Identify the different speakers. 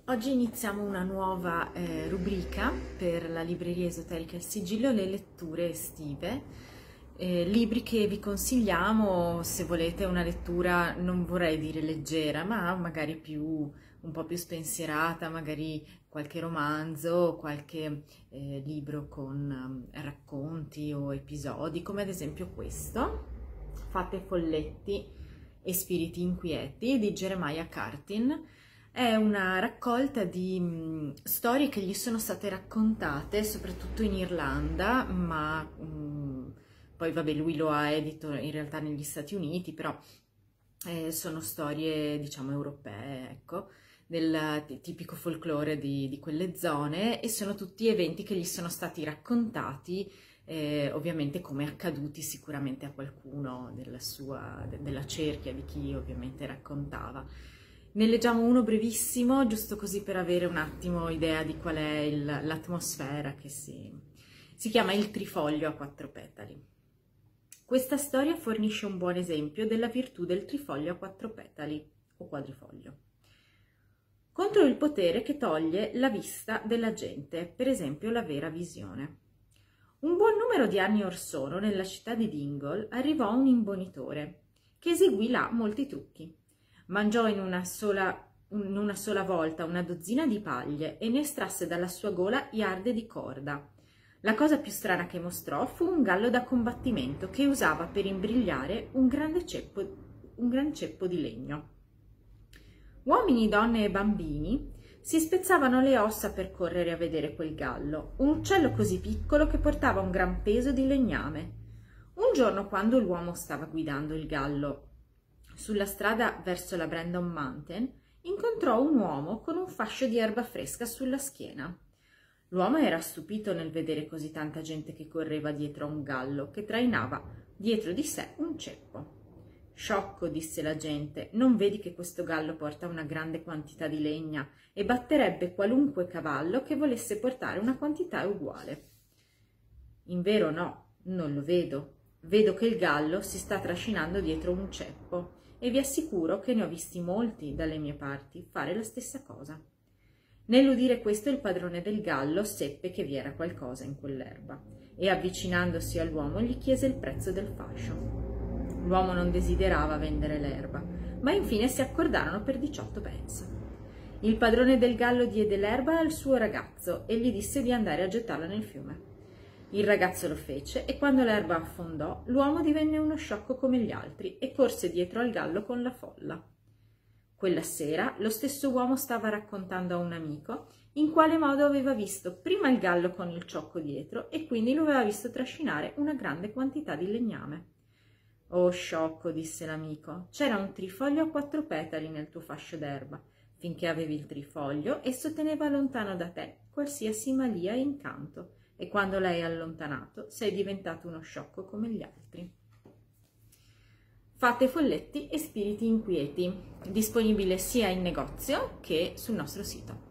Speaker 1: Oggi iniziamo una nuova rubrica per la libreria esoterica Il Sigillo, le letture estive, libri che vi consigliamo se volete una lettura, non vorrei dire leggera, ma magari un po' più spensierata, magari qualche romanzo, qualche libro con racconti o episodi, come ad esempio questo, Fate folletti e spiriti inquieti di Jeremiah Cartin. È una raccolta di storie che gli sono state raccontate soprattutto in Irlanda, ma poi vabbè lui lo ha edito in realtà negli Stati Uniti, però sono storie diciamo europee, ecco, del tipico folklore di quelle zone, e sono tutti eventi che gli sono stati raccontati ovviamente come accaduti sicuramente a qualcuno della cerchia di chi ovviamente raccontava. Ne leggiamo uno brevissimo, giusto così per avere un attimo idea di qual è l'atmosfera che si chiama Il trifoglio a quattro petali. Questa storia fornisce un buon esempio della virtù del trifoglio a quattro petali o quadrifoglio. Contro il potere che toglie la vista della gente, per esempio la vera visione. Un buon numero di anni or sono, nella città di Dingle, arrivò un imbonitore che eseguì là molti trucchi. Mangiò in una sola volta una dozzina di paglie e ne estrasse dalla sua gola iarde di corda. La cosa più strana che mostrò fu un gallo da combattimento che usava per imbrigliare un gran ceppo di legno. Uomini, donne e bambini si spezzavano le ossa per correre a vedere quel gallo, un uccello così piccolo che portava un gran peso di legname. Un giorno, quando l'uomo stava guidando il gallo sulla strada verso la Brandon Mountain, incontrò un uomo con un fascio di erba fresca sulla schiena. L'uomo era stupito nel vedere così tanta gente che correva dietro a un gallo che trainava dietro di sé un ceppo. Sciocco, disse la gente, non vedi che questo gallo porta una grande quantità di legna e batterebbe qualunque cavallo che volesse portare una quantità uguale? Invero no, non lo vedo. Vedo che il gallo si sta trascinando dietro un ceppo e vi assicuro che ne ho visti molti dalle mie parti fare la stessa cosa. Nell'udire questo il padrone del gallo seppe che vi era qualcosa in quell'erba e avvicinandosi all'uomo gli chiese il prezzo del fascio. L'uomo non desiderava vendere l'erba, ma infine si accordarono per 18 pence. Il padrone del gallo diede l'erba al suo ragazzo e gli disse di andare a gettarla nel fiume. Il ragazzo lo fece e quando l'erba affondò, l'uomo divenne uno sciocco come gli altri e corse dietro al gallo con la folla. Quella sera lo stesso uomo stava raccontando a un amico in quale modo aveva visto prima il gallo con il ciocco dietro e quindi lo aveva visto trascinare una grande quantità di legname. «Oh sciocco», disse l'amico, «c'era un trifoglio a quattro petali nel tuo fascio d'erba. Finché avevi il trifoglio, esso teneva lontano da te qualsiasi malia e incanto, e quando l'hai allontanato sei diventato uno sciocco come gli altri». Fate folletti e spiriti inquieti, disponibile sia in negozio che sul nostro sito.